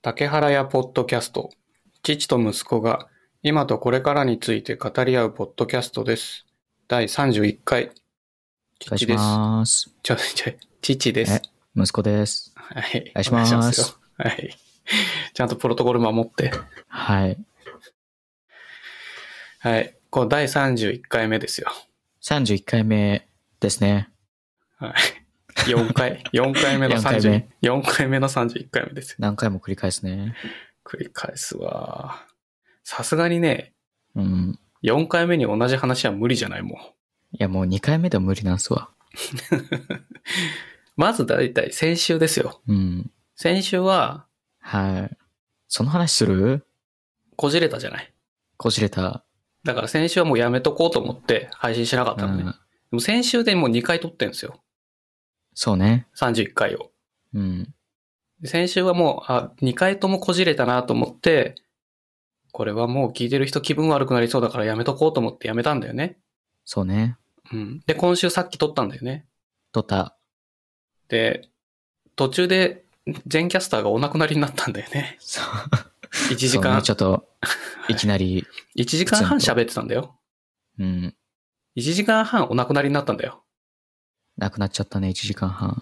竹原屋ポッドキャスト。父と息子が今とこれからについて語り合うポッドキャストです。第31回。 お願いします。 父です。 息子です。 はい。 お願いします。 はい。ちゃんとプロトコル守って。 はい。 はい。これ第31回目ですよ。 31回目ですね。 はい。4回目の4回目の31回目ですよ。 何回も繰り返すね。 繰り返すわ。さすがにね、 4 回目に同じ話は無理じゃないもん。いやもう2回目でも無理なんすわ。 まずだいたい先週ですよ。先週は、 はい。その話する？ こじれたじゃない。 こじれた。 だから先週はもうやめとこうと思って配信しなかったのね。でも先週でもう2回撮ってんですよ。 そうね。 31回を。先週はもう、2回ともこじれたなと思って、これはもう聞いてる人気分悪くなりそうだからやめとこうと思ってやめたんだよね。 そうね。 で、今週さっき撮ったんだよね。 撮った。 で、途中で全キャスターがお亡くなりになったんだよね。 そう。 1時間。 そうね、ちょっと、いきなり。 1時間半喋ってたんだよ。1時間半お亡くなりになったんだよ。 亡くなっちゃったね、1時間半。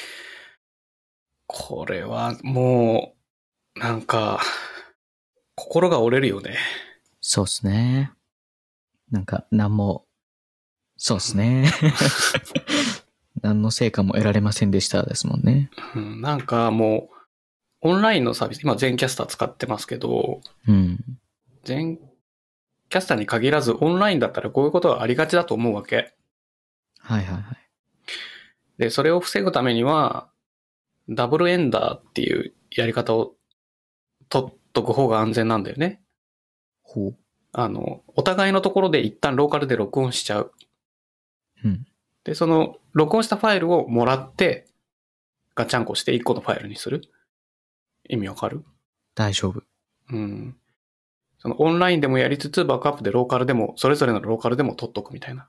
これはもう、なんか、心が折れるよね。 そうっすね。なんか、そうっすね。何の成果も得られませんでしたですもんね。 なんかもう、オンラインのサービス、今全キャスター使ってますけど、全キャスターに限らずオンラインだったらこういうことはありがちだと思うわけ。 はいはいはい。 で、それを防ぐためには、ダブルエンダーっていうやり方を取っとく方が安全なんだよね。 ほう。 お互いのところで一旦ローカルで録音しちゃう。で、その録音したファイルをもらって、ガチャンコして1個のファイルにする。意味わかる？ 大丈夫。 そのオンラインでもやりつつ、バックアップでローカルでも、それぞれのローカルでも取っとくみたいな。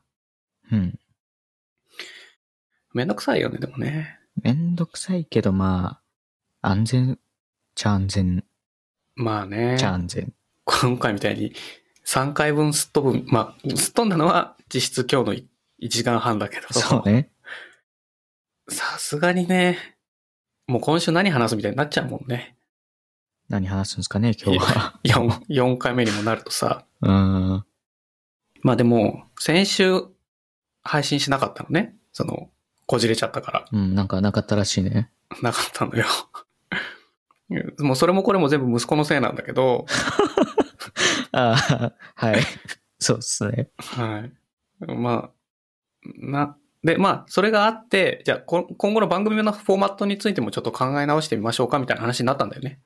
めんどくさいよね、でもね。 めんどくさいけど、まあ、安全ちゃ安全。 まあね。 ちゃ安全。 今回みたいに3回分すっ飛ぶ。まあ、すっ飛んだのは実質今日の1時間半だけど。 そうね。 さすがにね、もう今週何話すみたいになっちゃうもんね。 何話すんですかね、今日は。 4回目にもなるとさ。 まあでも、先週配信しなかったのね。こじれちゃったから。 なんかなかったらしいね。 なかったのよ。もうそれもこれも全部息子のせいなんだけど。 はい。そうっすね。 はい。で、それがあって、じゃあ、今後の番組のフォーマットについてもちょっと考え直してみましょうかみたいな話になったんだよね。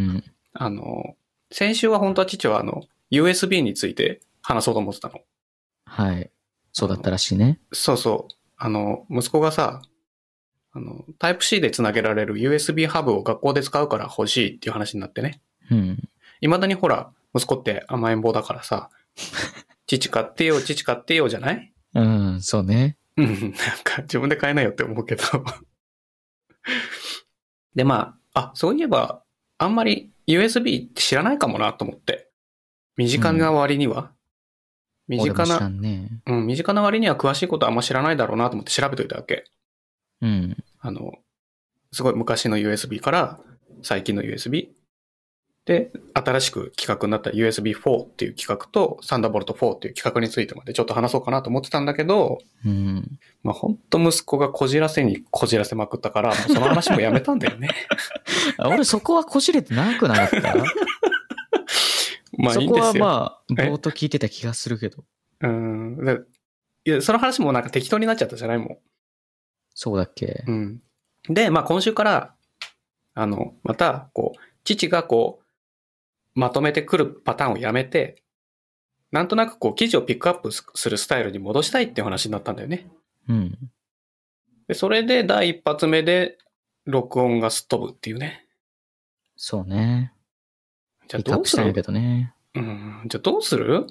先週は本当は父はUSB について話そうと思ってたの。 はい。そうだったらしいね。 そうそう。息子がさ、タイプ C でつなげられる USB ハブを学校で使うから欲しいっていう話になってね。未だにほら、息子って甘えん坊だからさ、父買ってよじゃない？ そうね。 なんか自分で買えないよって思うけど。で、そういえば、あんまり USB って知らないかもなと思って。身近な割には。身近な割には詳しいことはあんま知らないだろうなと思って調べといたわけ。すごい昔の USB から最近の USB。で、新しく企画になった USB4 っていう企画とサンダーボルト4っていう企画についてまでちょっと話そうかなと思ってたんだけど、ほんと息子がこじらせまくったから、もうその話もやめたんだよね。 俺そこはこじれてなくなかった？そこはぼーっと聞いてた気がするけど。 いや、その話もなんか適当になっちゃったじゃないもん。 そうだっけ？ で、今週から、また、父がまとめてくるパターンをやめて、なんとなく記事をピックアップするスタイルに戻したいっていう話になったんだよね。で、それで第一発目で録音がすっ飛ぶっていうね。 そうね。 じゃあどうする？ したんやけどね。 じゃあどうする？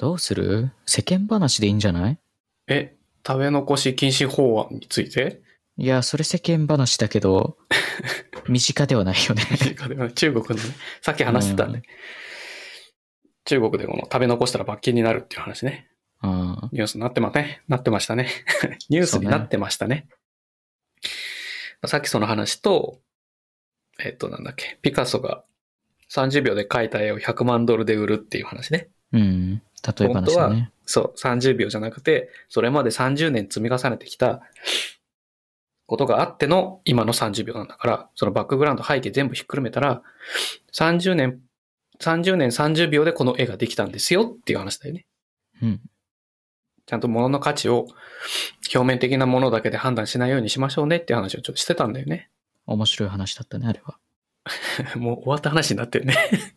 世間話でいいんじゃない？ 食べ残し禁止法案について？ いや、それ世間話だけど、身近ではないよね。 中国のね、さっき話してたんで、中国でこの食べ残したら罰金になるっていう話ね。ニュースになってましたね。ニュースになってましたね。さっきその話と、なんだっけ、ピカソが30秒で描いた絵を100万ドルで売るっていう話ね。 例え話だね。 本当は、そう、30秒じゃなくて、それまで30年積み重ねてきたことがあっての今の30秒なんだから、そのバックグラウンド背景全部ひっくるめたら、30年30秒でこの絵ができたんですよっていう話だよね。ちゃんと物の価値を表面的なものだけで判断しないようにしましょうねっていう話をちょっとしてたんだよね。 面白い話だったね、あれは。 もう終わった話になってるね。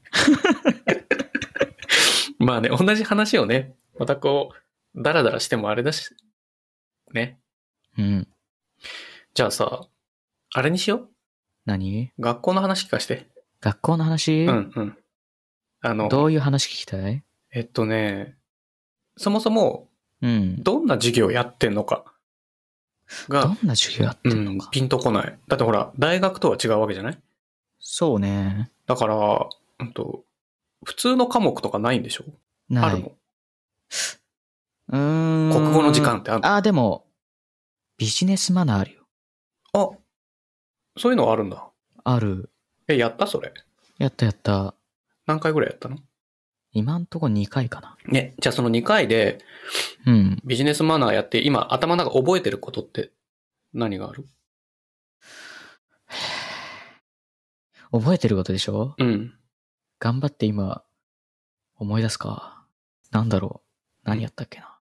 まあね、同じ話をね、またこう、ダラダラしてもあれだし、ね。じゃあさ、あれにしよう。 何？ 学校の話聞かして。 学校の話？どういう話聞きたい？ そもそも、どんな授業やってんのかが、 どんな授業やってんのか、 ピンとこない。だってほら、大学とは違うわけじゃない？ そうね。 だから、普通の科目とかないんでしょ？ ない。 あるの？国語の時間ってあるの？ でも、ビジネスマナーあるよ。 そういうのあるんだ。 ある。 やったそれ。 やった。 何回ぐらいやったの？ 今んとこ2回かな。 ね、じゃあその2回で、ビジネスマナーやって、今頭の中覚えてることって何がある？ 覚えてることでしょ？頑張って今、思い出すか。なんだろう。何やったっけな。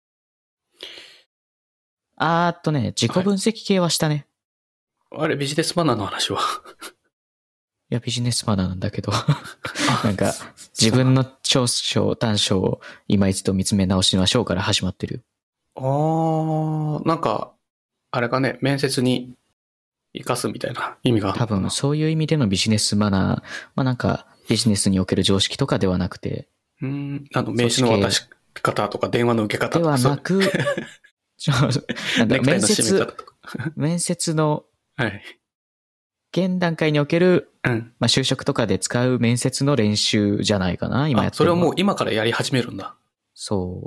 自己分析系はしたね。 あれ、ビジネスマナーの話は？ いや、ビジネスマナーなんだけど。なんか、自分の長所、短所を今一度見つめ直しましょうから始まってる。 なんか、あれかね、面接に活かすみたいな意味があるのかな。 多分、そういう意味でのビジネスマナー、なんか、ビジネスにおける常識とかではなくて。 名刺の渡し方とか電話の受け方とか。 ではなく、なんか面接の、現段階における、就職とかで使う面接の練習じゃないかな、今やってるのは。 それをもう今からやり始めるんだ。 そう。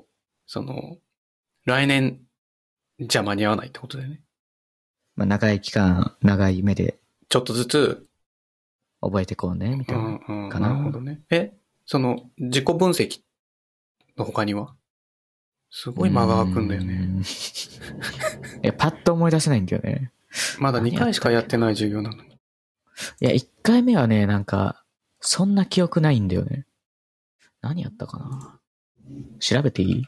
来年じゃ間に合わないってことだよね。 長い期間、長い目で。 ちょっとずつ。 覚えてこうね、みたいな。かな。 なるほどね。自己分析の他には？すごい間が空くんだよね。 パッと思い出せないんだよね。 まだ2回しかやってない授業なのに。 いや、1回目はね、なんか、そんな記憶ないんだよね。何やったかな？調べていい？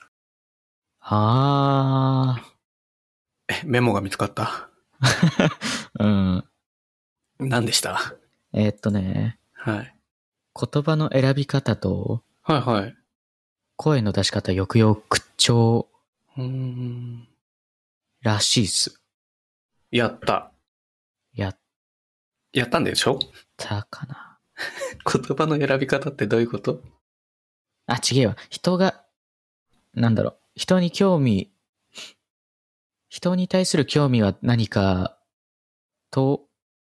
メモが見つかった。何でした？ はい。言葉の選び方と、声の出し方、抑揚、口調、らしいっす。 やった。やったんでしょ？ かな。 言葉の選び方ってどういうこと？ 違えわ。人に対する興味は何かと、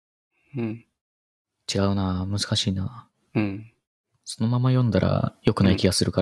違うな。難しいな。そのまま読んだら良くない気がするから、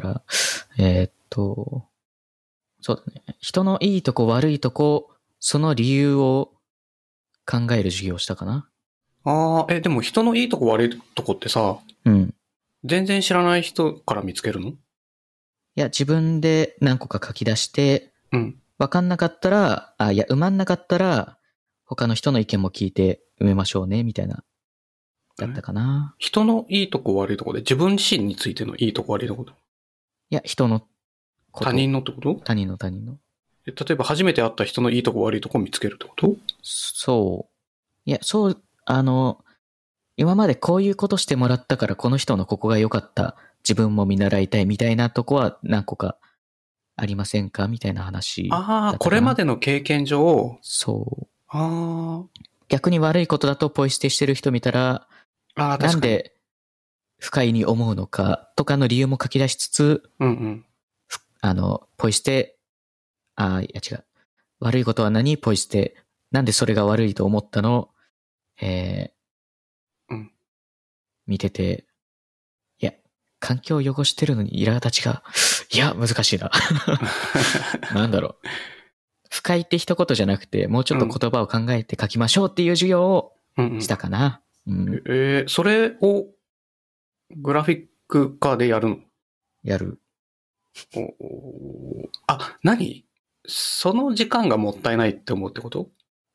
そうだね。人のいいとこ悪いとこ、その理由を考える授業をしたかな。 でも人のいいとこ悪いとこってさ、全然知らない人から見つけるの？いや、自分で何個か書き出して、わかんなかったら、埋まんなかったら、他の人の意見も聞いて埋めましょうね、みたいな、だったかな。 人のいいとこ悪いとこで自分自身についてのいいとこ悪いとこ？いや、人のこと。 他人のってこと？ 他人の。 例えば初めて会った人のいいとこ悪いとこを見つけるってこと？ そう。いや、今までこういうことしてもらったからこの人のここが良かった。自分も見習いたいみたいなとこは何個かありませんかみたいな話。 これまでの経験上。 そう。逆に悪いことだとポイ捨てしてる人見たら、なんで不快に思うのかとかの理由も書き出しつつ、ポイ捨て、違う。悪いことは何？ポイ捨て。 なんでそれが悪いと思ったの？見てて、いや、環境を汚してるのに苛立ちが、いや、難しいな。なんだろう。不快って一言じゃなくて、もうちょっと言葉を考えて書きましょうっていう授業をしたかな。 それをグラフィック化でやるの？ やる。 何？その時間がもったいないって思うってこと？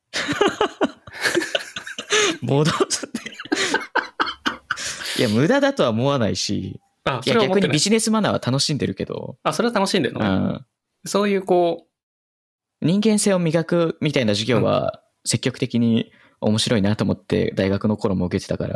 戻すって。いや、無駄だとは思わないし、いや逆にビジネスマナーは楽しんでるけど。 それは楽しんでるの？そういう人間性を磨くみたいな授業は積極的に面白いなと思って大学の頃も受けてたから。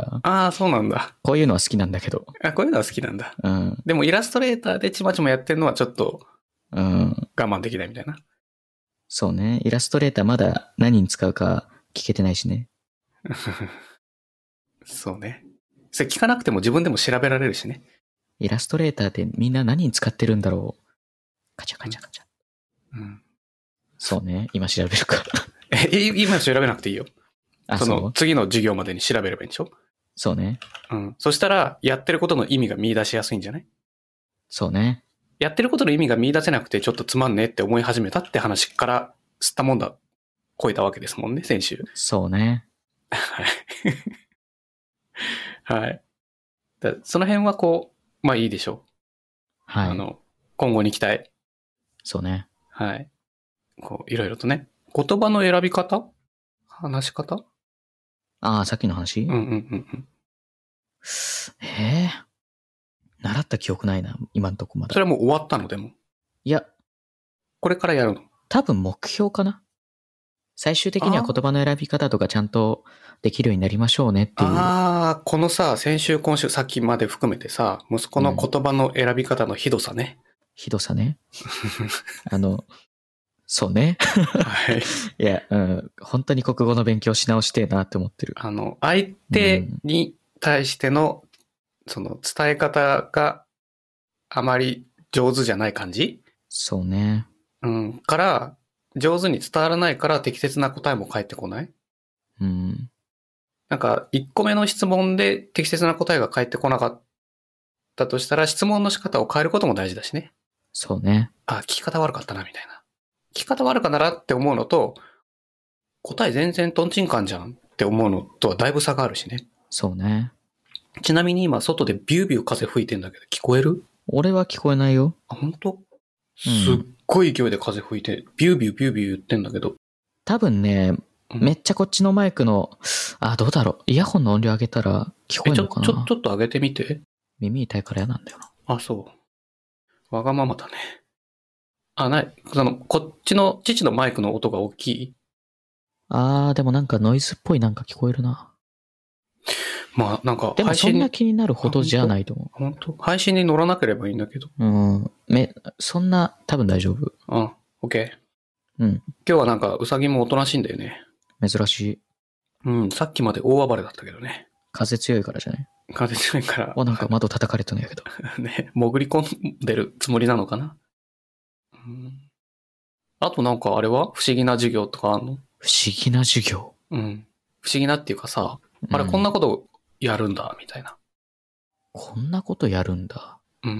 そうなんだ。 こういうのは好きなんだけど。 こういうのは好きなんだ。でもイラストレーターでちまちまやってるのはちょっと我慢できないみたいな。 そうね。イラストレーターまだ何に使うか聞けてないしね。 そうね。それ聞かなくても自分でも調べられるしね。 イラストレーターってみんな何に使ってるんだろう。カチャカチャカチャ。そうね。今調べるから。 今調べなくていいよ。その次の授業までに調べればいいんでしょ？ そうね。 そしたらやってることの意味が見出しやすいんじゃない？ そうね。 やってることの意味が見出せなくてちょっとつまんねえって思い始めたって話から吸ったもんだ、超えたわけですもんね、先週。 そうね。 はい。はい。その辺はいいでしょう。 はい。 今後に期待。 そうね。 はい。いろいろとね。言葉の選び方？話し方？ さっきの話？習った記憶ないな、今んとこまだ。 それはもう終わったの？でも。 いや。 これからやるの？ 多分目標かな。最終的には言葉の選び方とかちゃんとできるようになりましょうねっていう。 このさ、先週今週さっきまで含めてさ、息子の言葉の選び方のひどさね。 ひどさね。そうね。 はい。 いや、本当に国語の勉強し直してえなって思ってる。 相手に対しての、その伝え方があまり上手じゃない感じ？ そうね。 から、上手に伝わらないから適切な答えも返ってこない？なんか、1個目の質問で適切な答えが返ってこなかったとしたら、質問の仕方を変えることも大事だしね。 そうね。 聞き方悪かったな、みたいな。聞き方悪かったなって思うのと、答え全然トンチンカンじゃんって思うのとはだいぶ差があるしね。 そうね。 ちなみに今、外でビュービュー風吹いてんだけど、聞こえる？ 俺は聞こえないよ。 本当？すっごい勢いで風吹いて、ビュービュービュービュー言ってんだけど。 多分ね、めっちゃこっちのマイクの、どうだろう。イヤホンの音量上げたら聞こえるのかな？ ちょっと上げてみて。 耳痛いから嫌なんだよな。そう。わがままだね。ない。こっちの父のマイクの音が大きい？ でもなんかノイズっぽいなんか聞こえるな。 なんかでもそんな気になるほどじゃないと思う。 本当？配信に乗らなければいいんだけど。 そんな多分大丈夫。 OK。今日はなんかウサギもおとなしいんだよね。 珍しい。さっきまで大暴れだったけどね。 風強いからじゃない？ 風強いから。 なんか窓叩かれたんやけど。 ね、潜り込んでるつもりなのかな。あとなんかあれは不思議な授業とかあんの？ 不思議な授業？ 不思議なっていうかさ、あれこんなことやるんだ、みたいな。 こんなことやるんだ。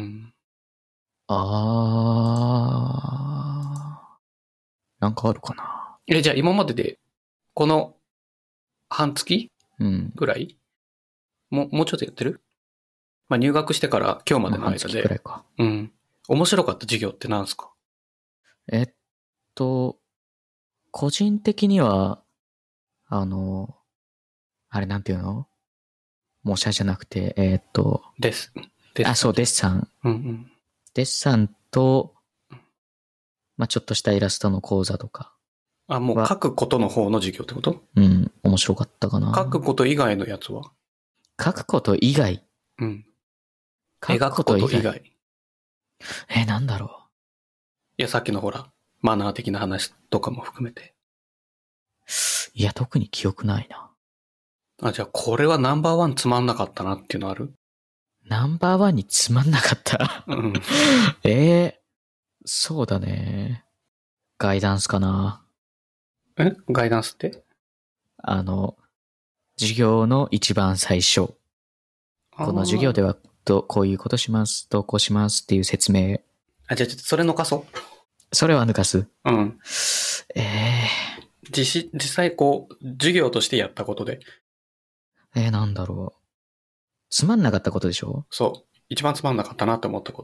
なんかあるかな。 じゃあ今までで、この半月ぐらい、もうちょっとやってる？入学してから今日までの間で。 半月くらいか。 面白かった授業って何すか？ 個人的には、あれなんていうの？模写じゃなくて、そう、デッサン。デッサンと、ちょっとしたイラストの講座とか。 もう書くことの方の授業ってこと？ 面白かったかな。 書くこと以外のやつは？ 書くこと以外？ 描くこと以外。 なんだろう。 いや、さっきのほら、マナー的な話とかも含めて。 いや、特に記憶ないな。 じゃあこれはナンバーワンつまんなかったなっていうのある？ ナンバーワンにつまんなかったそうだね。ガイダンスかな。 ガイダンスって？ 授業の一番最初。この授業ではこういうことします、こうしますっていう説明。 じゃあちょっとそれ抜かそう。 それは抜かす？ うん。実際こう、授業としてやったことで。 なんだろう。つまんなかったことでしょ？ そう。一番つまんなかったなって思ったこと。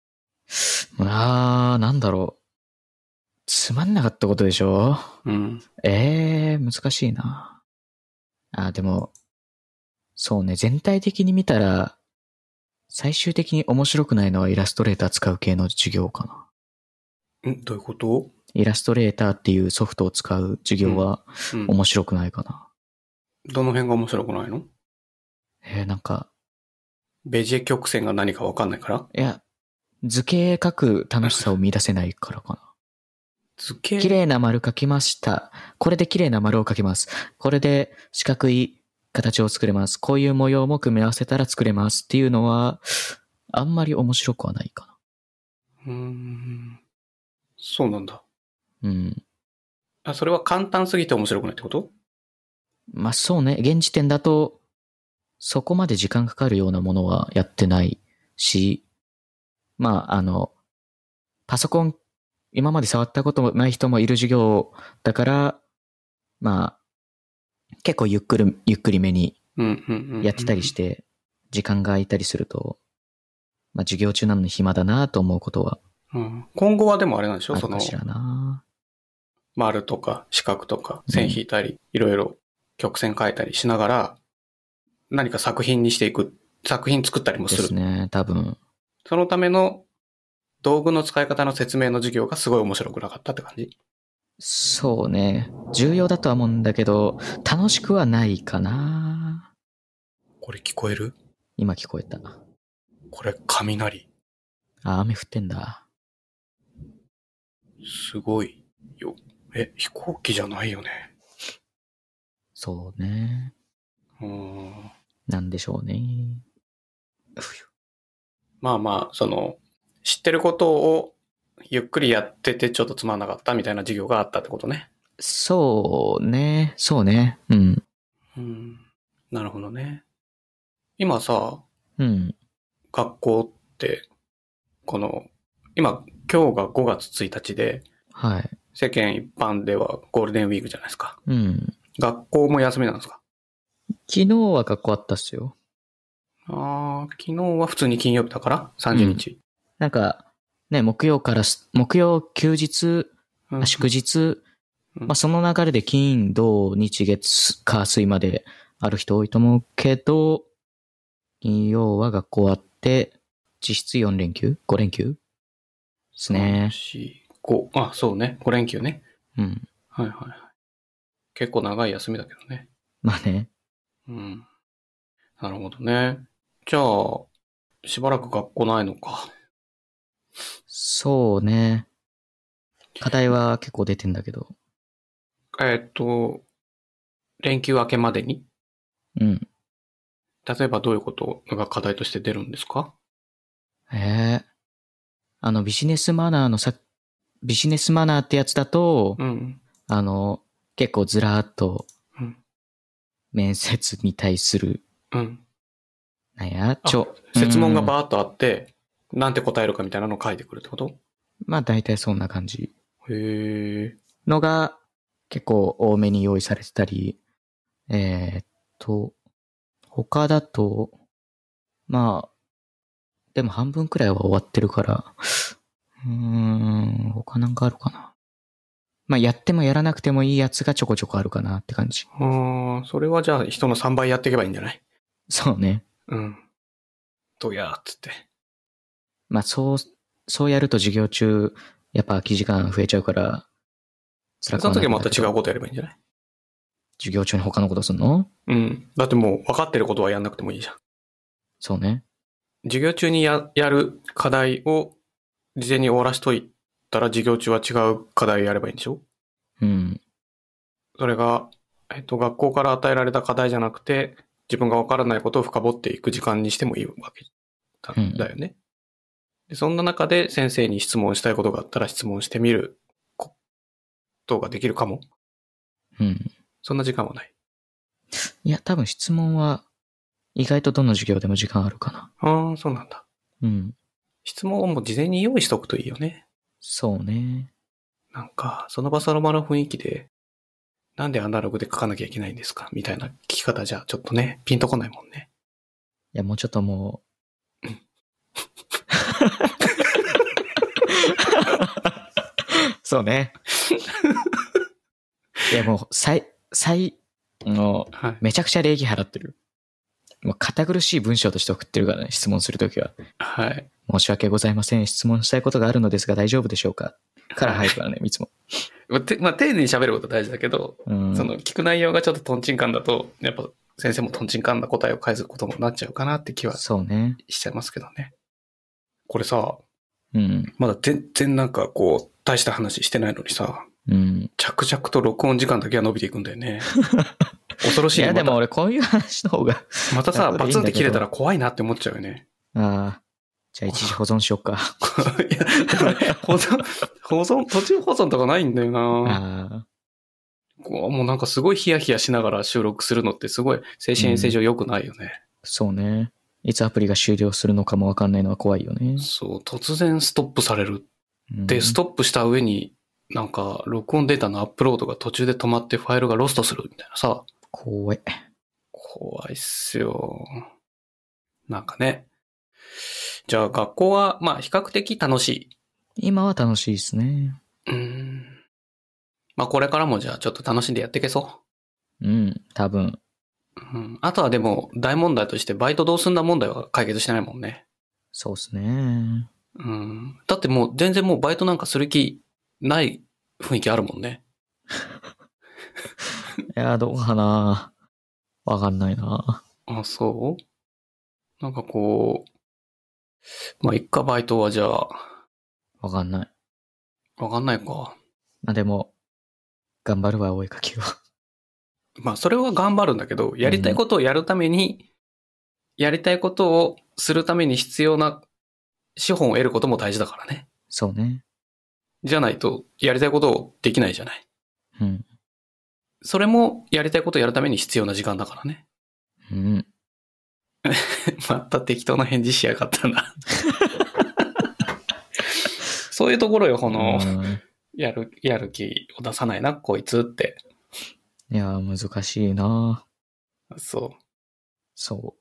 なんだろう。つまんなかったことでしょ？ うん。 難しいな。でも、そうね、全体的に見たら、最終的に面白くないのはイラストレーター使う系の授業かな。どういうこと？ イラストレーターっていうソフトを使う授業は面白くないかな。 どの辺が面白くないの？ なんか。 ベジェ曲線が何かわかんないから？ いや、図形書く楽しさを見出せないからかな。 図形？ 綺麗な丸書きました。これで綺麗な丸を書きます。これで四角い形を作れます。こういう模様も組み合わせたら作れますっていうのは、あんまり面白くはないかな。 そうなんだ。 うん。 それは簡単すぎて面白くないってこと？ まあそうね。現時点だと、そこまで時間かかるようなものはやってないし、まあパソコン、今まで触ったこともない人もいる授業だから、まあ、結構ゆっくりめにやってたりして、時間が空いたりすると、まあ授業中なのに暇だなと思うことは。 今後はでもあれなんでしょ？ あるかしらな。 丸とか四角とか線引いたり、いろいろ曲線書いたりしながら、何か作品にしていく、作品作ったりもする。 ですね、多分。 そのための道具の使い方の説明の授業がすごい面白くなかったって感じ？ そうね。重要だとは思うんだけど、楽しくはないかな。 これ聞こえる？ 今聞こえた。 これ雷。 雨降ってんだ。 すごいよ。飛行機じゃないよね。 そうね。なんでしょうね。 まあまあ、知ってることをゆっくりやっててちょっとつまんなかったみたいな授業があったってことね。 そうね。そうね。うん。 なるほどね。今さ、学校って、今日が5月1日で、 はい。 世間一般ではゴールデンウィークじゃないですか。 学校も休みなんですか？ 昨日は学校あったっすよ。 昨日は普通に金曜日だから30日。 なんか、ね、木曜休日、祝日、まあその流れで金、土、日、月、火、水まである人多いと思うけど、金曜は学校あって、実質4連休 ?5 連休ですね。 5、そうね。5連休ね。 はいはいはい。結構長い休みだけどね。 まあね。 なるほどね。じゃあ、しばらく学校ないのか。 そうね。課題は結構出てんだけど。 連休明けまでに？ 例えばどういうことが課題として出るんですか？ ビジネスマナーってやつだと、結構ずらーっと、面接に対する、 設問がバーっとあって、なんて答えるかみたいなのを書いてくるってこと？ まあ大体そんな感じ。 へー。 のが結構多めに用意されてたり、他だと、まあ、でも半分くらいは終わってるから、他なんかあるかな。まあやってもやらなくてもいいやつがちょこちょこあるかなって感じ。 それはじゃあ人の3倍やっていけばいいんじゃない？ そうね。 どうやーっつって。 まあそうやると授業中、やっぱ空き時間増えちゃうから、 その時はまた違うことやればいいんじゃない？ 授業中に他のことすんの？ だってもう分かってることはやんなくてもいいじゃん。 そうね。 授業中にやる課題を事前に終わらしといたら授業中は違う課題やればいいんでしょ？それが、学校から与えられた課題じゃなくて、自分が分からないことを深掘っていく時間にしてもいいわけだよね。でそんな中で先生に質問したいことがあったら質問してみることができるかも。 うん。 そんな時間はない？ いや、多分質問は意外とどの授業でも時間あるかな。 ああ、そうなんだ。 うん。 質問をもう事前に用意しとくといいよね。 そうね。 なんか、その場その場の雰囲気で、なんでアナログで書かなきゃいけないんですかみたいな聞き方じゃちょっとね、ピンとこないもんね。 いや、もうちょっともう。そうね。いや、もう、めちゃくちゃ礼儀払ってる。もう堅苦しい文章として送ってるからね、質問するときは。 はい。 申し訳ございません。質問したいことがあるのですが大丈夫でしょうかから入るからね、いつも。 まあ、丁寧に喋ること大事だけど、その聞く内容がちょっとトンチンカンだと、やっぱ先生もトンチンカンな答えを返すこともなっちゃうかなって気はそうね。 しちゃいますけどね。これさ、 うん、 まだ全然なんかこう、大した話してないのにさ、 うん、 着々と録音時間だけは伸びていくんだよね。恐ろしいね。 いや、でも俺こういう話の方が。 またさ、バツンって切れたら怖いなって思っちゃうよね。 ああ。じゃあ一時保存しよっか。 いや、途中保存とかないんだよな。もうなんかすごいヒヤヒヤしながら収録するのってすごい精神衛生上良くないよね。 そうね。いつアプリが終了するのかもわかんないのは怖いよね。 そう、突然ストップされる。で、ストップした上に、なんか、録音データのアップロードが途中で止まってファイルがロストするみたいなさ。 怖いっすよ。なんかね。じゃあ学校は、まあ比較的楽しい。 今は楽しいですね。 まあこれからもじゃあちょっと楽しんでやっていけそう。 うん、多分。 あとはでも大問題としてバイトどうすんだ問題は解決してないもんね。 そうっすね。 だってもう全然もうバイトなんかする気ない雰囲気あるもんね。 いや、どうかな。わかんないな。 あ、そうなんかこう、まあ一回バイトはじゃあ。 わかんない。 わかんないか。 まあでも、頑張るわ、お絵かきは。 まあそれは頑張るんだけど、やりたいことをやるために、やりたいことをするために必要な資本を得ることも大事だからね。 そうね。 じゃないと、やりたいことをできないじゃない。 うん。 それもやりたいことをやるために必要な時間だからね。 うん。 また適当な返事しやがったな。そういうところよ、やる気を出さないな、こいつって。 いや、難しいな。 そう。 そう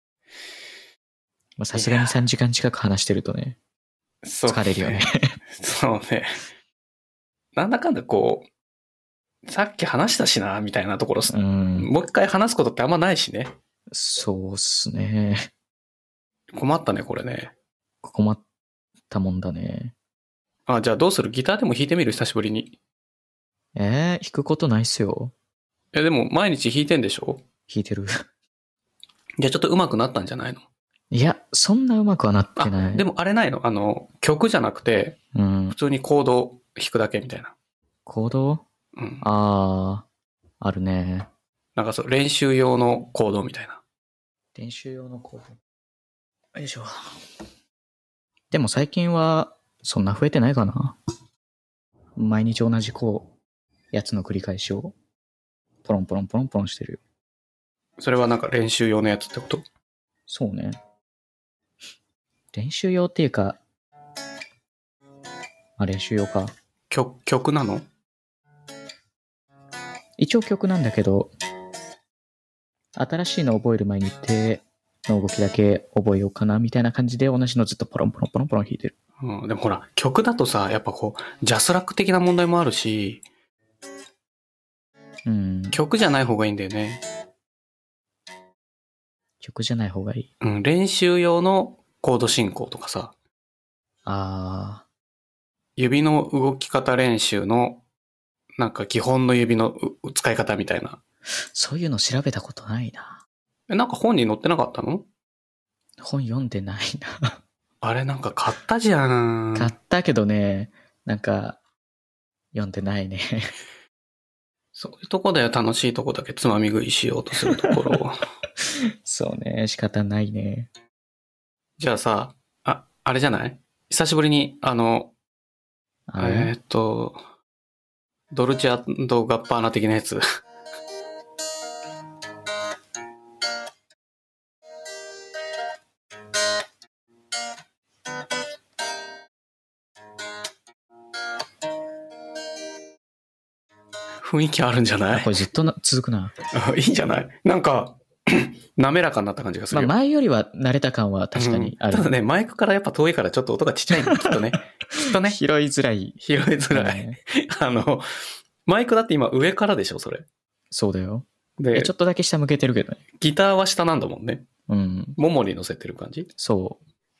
。さすがに3時間近く話してるとね。疲れるよね。 そうね。なんだかんだこう、さっき話したしな、みたいなところ、もう一回話すことってあんまないしね。 そうっすね。 困ったね、これね。 困ったもんだね。 あ、じゃあどうする？ギターでも弾いてみる？久しぶりに。 弾くことないっすよ。 でも毎日弾いてんでしょ？ 弾いてる。 じゃあちょっと上手くなったんじゃないの？ いや、そんな上手くはなってない。 でもあれないの？曲じゃなくて、普通にコードを弾くだけみたいな。 コード？あるね。 なんかそう、練習用のコードみたいな。 練習用のコード。よいしょ。でも最近は、そんな増えてないかな。毎日同じやつの繰り返しを、ポロンポロンポロンポロンしてるよ。 それはなんか練習用のやつってこと？ そうね。練習用っていうか、練習用か。 曲なの？ 一応曲なんだけど、新しいのを覚える前に手の動きだけ覚えようかなみたいな感じで同じのずっとポロンポロンポロンポロン弾いてる。 でもほら、曲だとさ、やっぱこう、ジャスラック的な問題もあるし、曲じゃない方がいいんだよね。 曲じゃない方がいい。 練習用のコード進行とかさ。指の動き方練習の、なんか基本の指の使い方みたいな。 そういうの調べたことないな。 なんか本に載ってなかったの？ 本読んでないな。 あれなんか買ったじゃん。 買ったけどね、なんか、読んでないね。 そういうとこだよ、楽しいとこだけつまみ食いしようとするところ。 そうね、仕方ないね。 じゃあさ、あれじゃない？久しぶりに、 ドルチェ&ガッパーナ的なやつ。雰囲気あるんじゃない？ これずっと続くな。 いいんじゃない？なんか、滑らかになった感じがするよ。 まあ前よりは慣れた感は確かにある。 ただね、マイクからやっぱ遠いからちょっと音がちっちゃいんだ、きっとね。きっとね。 拾いづらい。 拾いづらい。マイクだって今上からでしょ、それ。 そうだよ。 で、 ちょっとだけ下向けてるけどね。 ギターは下なんだもんね。 うん。 ももに乗せてる感じ？ そう。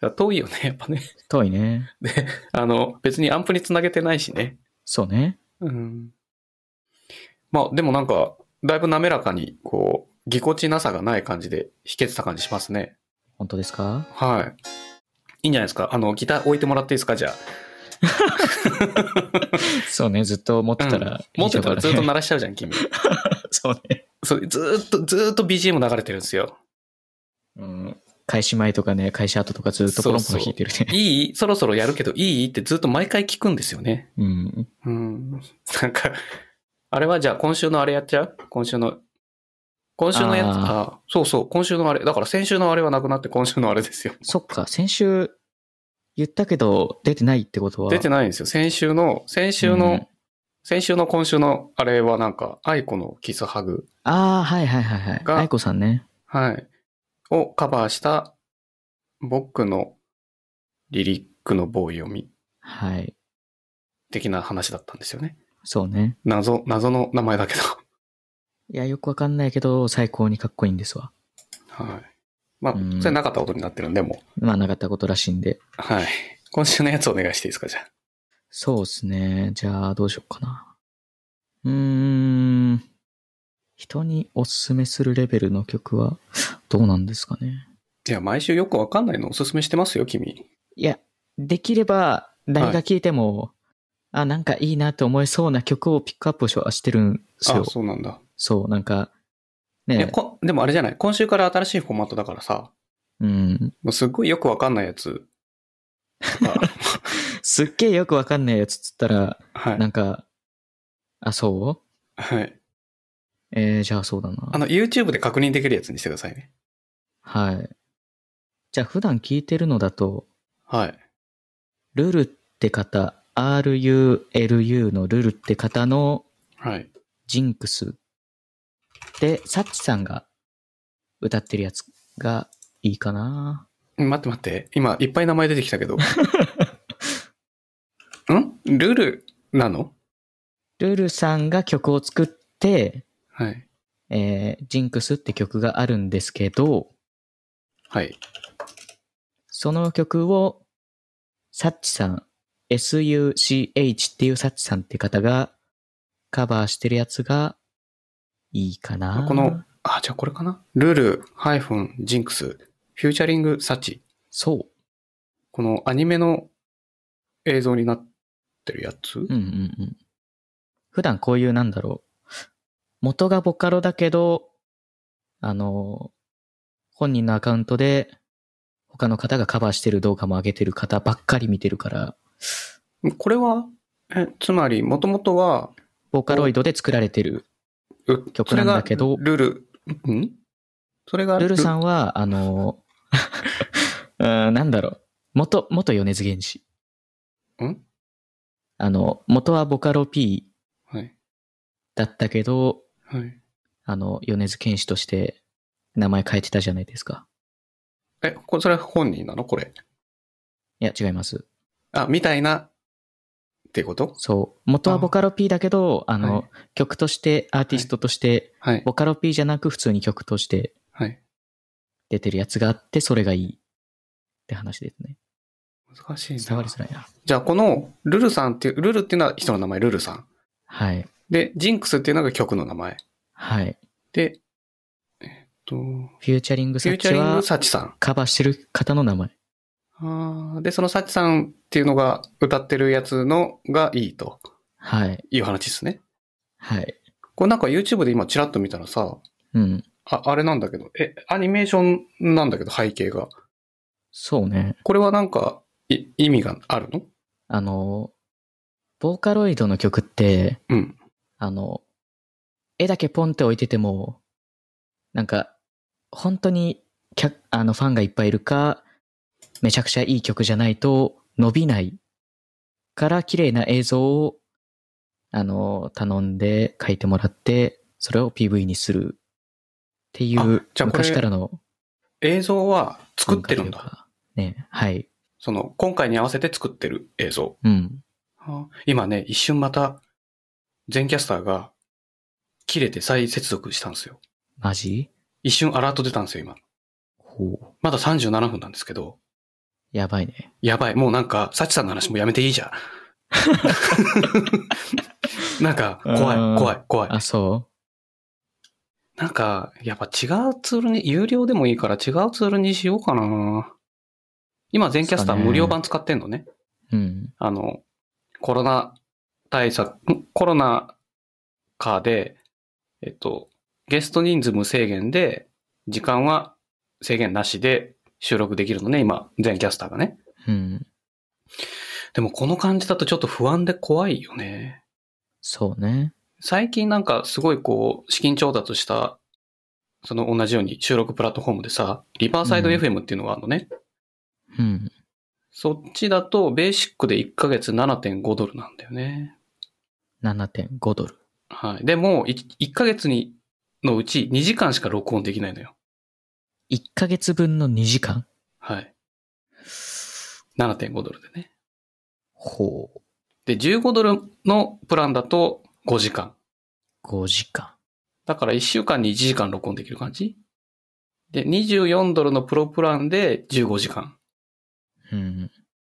遠いよね、やっぱね。 遠いね。 で、別にアンプにつなげてないしね。 そうね。 うん。まあ、でもなんか、だいぶ滑らかに、こう、ぎこちなさがない感じで弾けてた感じしますね。 本当ですか？ はい。いいんじゃないですか。ギター置いてもらっていいですか、じゃあ。 そうね、ずっと持ってたら、 持ってたらずっと鳴らしちゃうじゃん、君。 そうね。 そう、ずーっと BGM 流れてるんですよ。 うん。開始前とかね、開始後とかずっとポロンポロン弾いてるね。 そういい？そろそろやるけどいい？ってずっと毎回聞くんですよね。 うん。 なんか、あれはじゃあ今週のあれやっちゃう？今週のやつ、そうそう、今週のあれ。だから先週のあれはなくなって今週のあれですよ。 そっか、先週言ったけど出てないってことは。 出てないんですよ。先週の今週のあれはなんか、愛子のキスハグ。 はいはいはいはい。愛子さんね。 はい。をカバーした僕のリリックの棒読み。 はい。 的な話だったんですよね。 そうね。 謎の名前だけど。 いや、よくわかんないけど、最高にかっこいいんですわ。 はい。まあ、それなかったことになってるんで、もう。まあ、なかったことらしいんで。 はい。今週のやつお願いしていいですか、じゃあ。 そうですね。じゃあ、どうしようかな。人におすすめするレベルの曲は、どうなんですかね。 いや、毎週よくわかんないのおすすめしてますよ、君。 いや、できれば、誰が聴いても、なんかいいなって思えそうな曲をピックアップしてるんですよ。 そうなんだ。 そう、なんか、ね。 でもあれじゃない？今週から新しいフォーマットだからさ。 もうすっごいよくわかんないやつ。 すっげえよくわかんないやつっつったら、 はい、 なんか、そうはい。 じゃあそうだな。 YouTube で確認できるやつにしてくださいね。 はい。じゃあ普段聞いてるのだと、 はい。 ルルって方、RULU のルルって方の、 はい。 ジンクスで、サッチさんが歌ってるやつがいいかな。 待って。今、いっぱい名前出てきたけど。ルルなの？ ルルさんが曲を作って、 はい。 ジンクスって曲があるんですけど、 はい。 その曲を、サッチさん、SUCH っていうサッチさんって方がカバーしてるやつがいいかな。 じゃあこれかな？ルル-ジンクス、フューチャリングサッチ。 そう。 このアニメの映像になってるやつ？ 普段こういう元がボカロだけど、本人のアカウントで他の方がカバーしてる動画も上げてる方ばっかり見てるから。 これは、つまり元々は、 ボーカロイドで作られてる曲なんだけど、 ルルさんは、元米津玄師。元はボカロ P だったけど、 はい、 米津玄師として名前変えてたじゃないですか。 それは本人なのこれ？ いや、違います。 みたいな、ってこと？ そう。元はボカロ P だけど、曲として、アーティストとして、ボカロ P じゃなく普通に曲として、出てるやつがあって、それがいいって話ですね。 難しいな。 伝わりづらいな。 じゃあ、この、ルルっていうのは人の名前、ルルさん。 はい。 で、ジンクスっていうのが曲の名前。 はい。 で、 フューチャリングサッチさん。カバーしてる方の名前。 で、そのサッチさんっていうのが歌ってるやつのがいいと。 はい。 いう話ですね。 はい。 これなんか YouTube で今チラッと見たらさ、あれなんだけど、アニメーションなんだけど背景が。 そうね。 これはなんか意味があるの？ ボーカロイドの曲って、 絵だけポンって置いてても、なんか、本当にファンがいっぱいいるか、めちゃくちゃいい曲じゃないと伸びないから綺麗な映像を、頼んで書いてもらって、それを PV にするっていう、昔からの。 映像は作ってるんだ。 ね、はい。 今回に合わせて作ってる映像。 うん。 今ね、一瞬また、全キャスターが切れて再接続したんですよ。 マジ？ 一瞬アラート出たんですよ、今。 ほう。 まだ37分なんですけど。 やばいね。 やばい。もうなんか、サチさんの話もやめていいじゃん。なんか、怖い。 あ、そう？ なんか、やっぱ違うツールに、有料でもいいから違うツールにしようかな。今、全キャスター無料版使ってんのね。 うん。 コロナ禍で、ゲスト人数無制限で、時間は制限なしで収録できるのね、今、全キャスターがね。 うん。 でもこの感じだとちょっと不安で怖いよね。 そうね。 最近なんかすごい資金調達した、同じように収録プラットフォームでさ、リバーサイド FM っていうのがあるのね。 うん。 そっちだとベーシックで1ヶ月 7.5 ドルなんだよね。 7.5 ドル。 はい。でも、1ヶ月のうち2時間しか録音できないのよ。 1ヶ月分の2時間？ はい。7.5 ドルでね。 ほう。 で、15ドルのプランだと5時間。 5時間。 だから1週間に1時間録音できる感じ？で、24ドルのプロプランで15時間。 うん。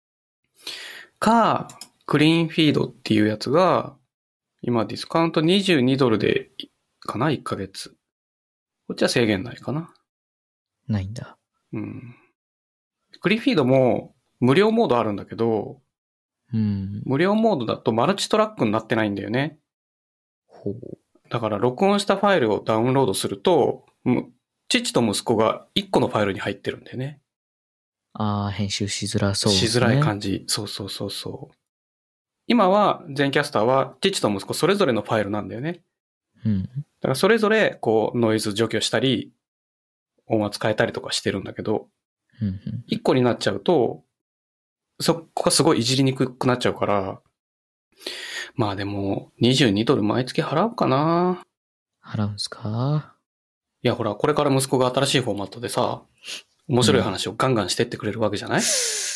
か、クリーンフィードっていうやつが、今ディスカウント22ドルで、かな ?1 ヶ月。こっちは制限ないかな。 ないんだ。 うん。クリーンフィードも無料モードあるんだけど、 うん。 無料モードだとマルチトラックになってないんだよね。 ほう。 だから録音したファイルをダウンロードすると、父と息子が1個のファイルに入ってるんだよね。 ああ、編集しづらそうですね。 しづらい感じ。そう。今は、全キャスターは、父と息子それぞれのファイルなんだよね。 うん。 だからそれぞれ、ノイズ除去したり、音圧変えたりとかしてるんだけど、 うん。 1個になっちゃうと、そこがすごいいじりにくくなっちゃうから、まあでも、22ドル毎月払うかな。 払うんすか？ いやほら、これから息子が新しいフォーマットでさ、面白い話をガンガンしてってくれるわけじゃない？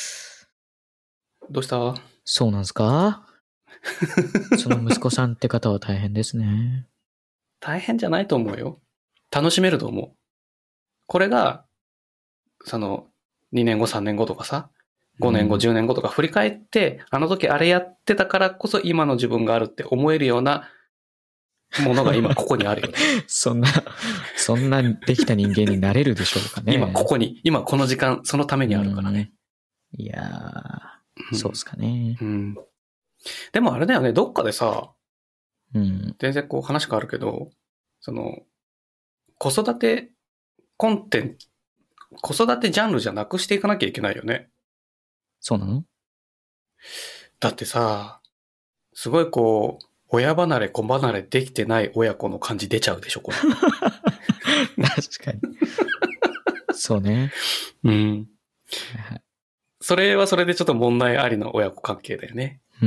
どうした？ そうなんすか？その息子さんって方は大変ですね。 大変じゃないと思うよ。楽しめると思う。これが、2年後3年後とかさ、5年後10年後とか振り返って、あの時あれやってたからこそ今の自分があるって思えるようなものが今ここにあるよね。 そんなできた人間になれるでしょうかね。 今この時間、そのためにあるからね。 いやー、そうっすかね。 うん。でもあれだよね、どっかでさ、 全然話変わるけど、子育てコンテンツ、子育てジャンルじゃなくしていかなきゃいけないよね。 そうなの？ だってさ、すごい親離れ子離れできてない親子の感じ出ちゃうでしょ、これ。 確かに。そうね。 うん。それはそれでちょっと問題ありの親子関係だよね。 うん。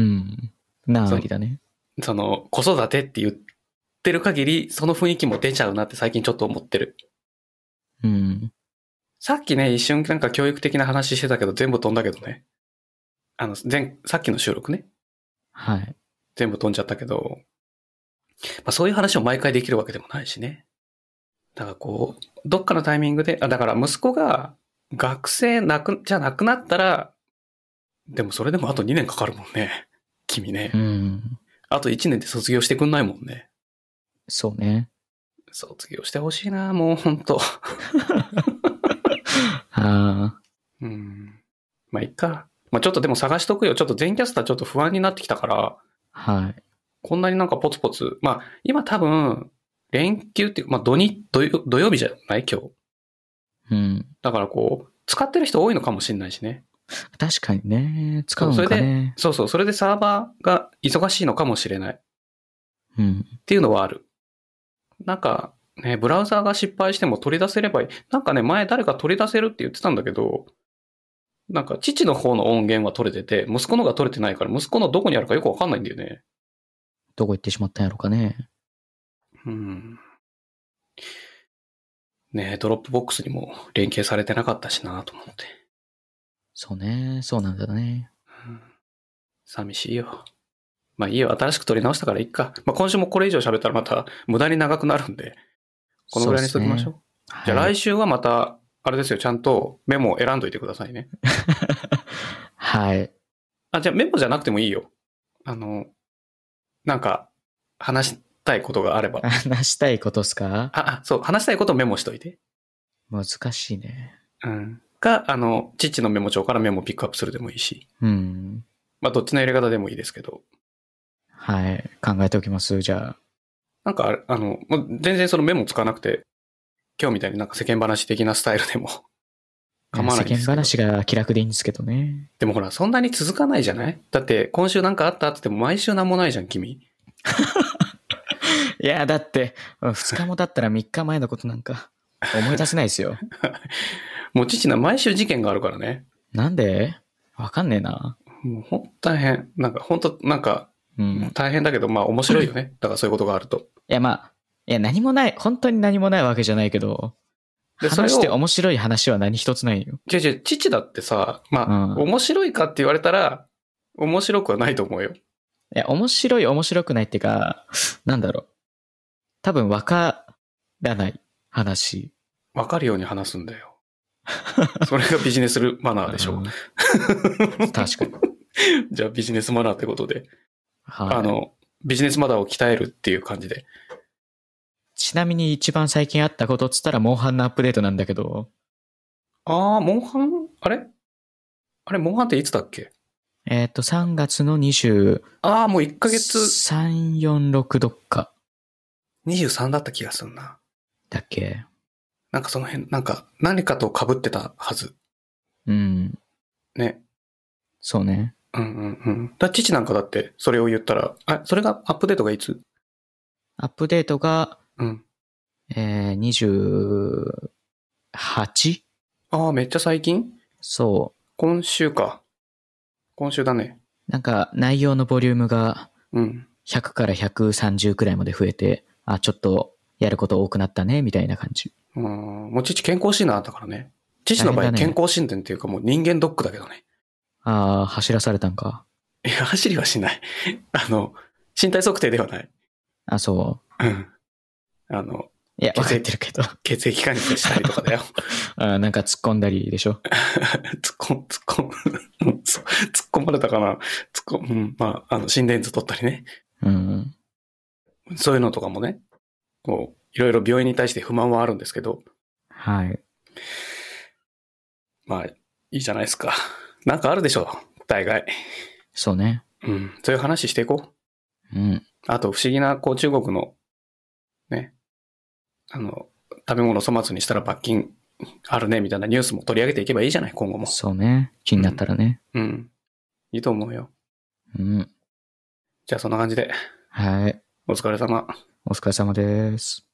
ありだね。 子育てって言ってる限り、その雰囲気も出ちゃうなって最近ちょっと思ってる。 うん。 さっきね、一瞬なんか教育的な話してたけど、全部飛んだけどね。さっきの収録ね。 はい。 全部飛んじゃったけど、そういう話を毎回できるわけでもないしね。だからどっかのタイミングで、だから息子が学生じゃなくなったら、でもそれでもあと2年かかるもんね。君ね。 うん。 あと1年で卒業してくんないもんね。 そうね。 卒業してほしいな、もうほんと。うん。まあ、いっか。ちょっとでも探しとくよ。ちょっと全キャスターちょっと不安になってきたから。 はい。 こんなになんかポツポツ。今多分、連休っていうか、土曜日じゃない今日。 うん。 だから使ってる人多いのかもしれないしね。 確かにね。使うのかね。 そう。それでサーバーが忙しいのかもしれない。 っていうのはある。なんかね、ブラウザーが失敗しても取り出せればいい。なんかね、前誰か取り出せるって言ってたんだけど、なんか父の方の音源は取れてて、息子のが取れてないから、息子のどこにあるかよくわかんないんだよね。 どこ行ってしまったんやろかね。 ねえ、ドロップボックスにも連携されてなかったしなと思って。 そうね、そうなんだね。 寂しいよ。まあいいよ、新しく撮り直したからいいか。まあ今週もこれ以上喋ったらまた無駄に長くなるんで、このぐらいにしときましょう。じゃあ来週はまた、あれですよ、ちゃんとメモを選んどいてくださいね。 はい。 じゃあメモじゃなくてもいいよ。なんか、話したいことがあれば。 話したいことっすか？ そう、話したいことをメモしといて。 難しいね。 父のメモ帳からメモピックアップするでもいいし。まあどっちのやり方でもいいですけど。 はい。考えておきます、じゃあ。 なんか、もう全然そのメモ使わなくて、今日みたいになんか世間話的なスタイルでも構わないんですけど。 世間話が気楽でいいんですけどね。 でもほら、そんなに続かないじゃない？だって、今週なんかあったって言っても毎週なんもないじゃん、君。 いや、だって、2日も経ったら3日前のことなんか思い出せないですよ。 もう父な、毎週事件があるからね。 なんで？わかんねえな。 もうほんと大変。なんか、ほんと、なんか、大変だけど、まあ面白いよね。だからそういうことがあると。 いや何もない、本当に何もないわけじゃないけど、話して面白い話は何一つないよ。 父だってさ、まあ、面白いかって言われたら、面白くはないと思うよ。 いや、面白くないっていうか、なんだろう。多分わからない話。 わかるように話すんだよ。それがビジネスマナーでしょ。 確かに。 じゃあビジネスマナーってことで。 はい。 ビジネスマナーを鍛えるっていう感じで。 ちなみに一番最近あったことっつったらモンハンのアップデートなんだけど。 モンハンあれモンハンっていつだっけ 3月の20。 もう1ヶ月。 3、4、6どっか。 23だった気がするな。 だっけ？ なんかその辺、なんか何かと被ってたはず。ね。 そうね。 父なんかだってそれを言ったら、それがアップデートがいつ？ アップデートが、28？ めっちゃ最近？ そう。 今週か。今週だね。 なんか内容のボリュームが、100から130くらいまで増えて、ちょっとやること多くなったね、みたいな感じ。 もう父健康診断あったからね。父の場合健康診断っていうかもう人間ドックだけどね。 走らされたんか。 いや、走りはしない。身体測定ではない。 そう。いや、分かってるけど。 血液管理したりとかだよ。 なんか突っ込んだりでしょ。 突っ込まれたかな。まあ、心電図取ったりね。そういうのとかもね、こう、いろいろ病院に対して不満はあるんですけど。 はい。 まあ、いいじゃないですか。なんかあるでしょう、大概。 そうね。 そういう話していこう。あと、不思議な、中国の、ね、食べ物粗末にしたら罰金あるね、みたいなニュースも取り上げていけばいいじゃない、今後も。 そうね。気になったらね。 いいと思うよ。じゃあ、そんな感じで。 はい。 お疲れ様。 お疲れ様です。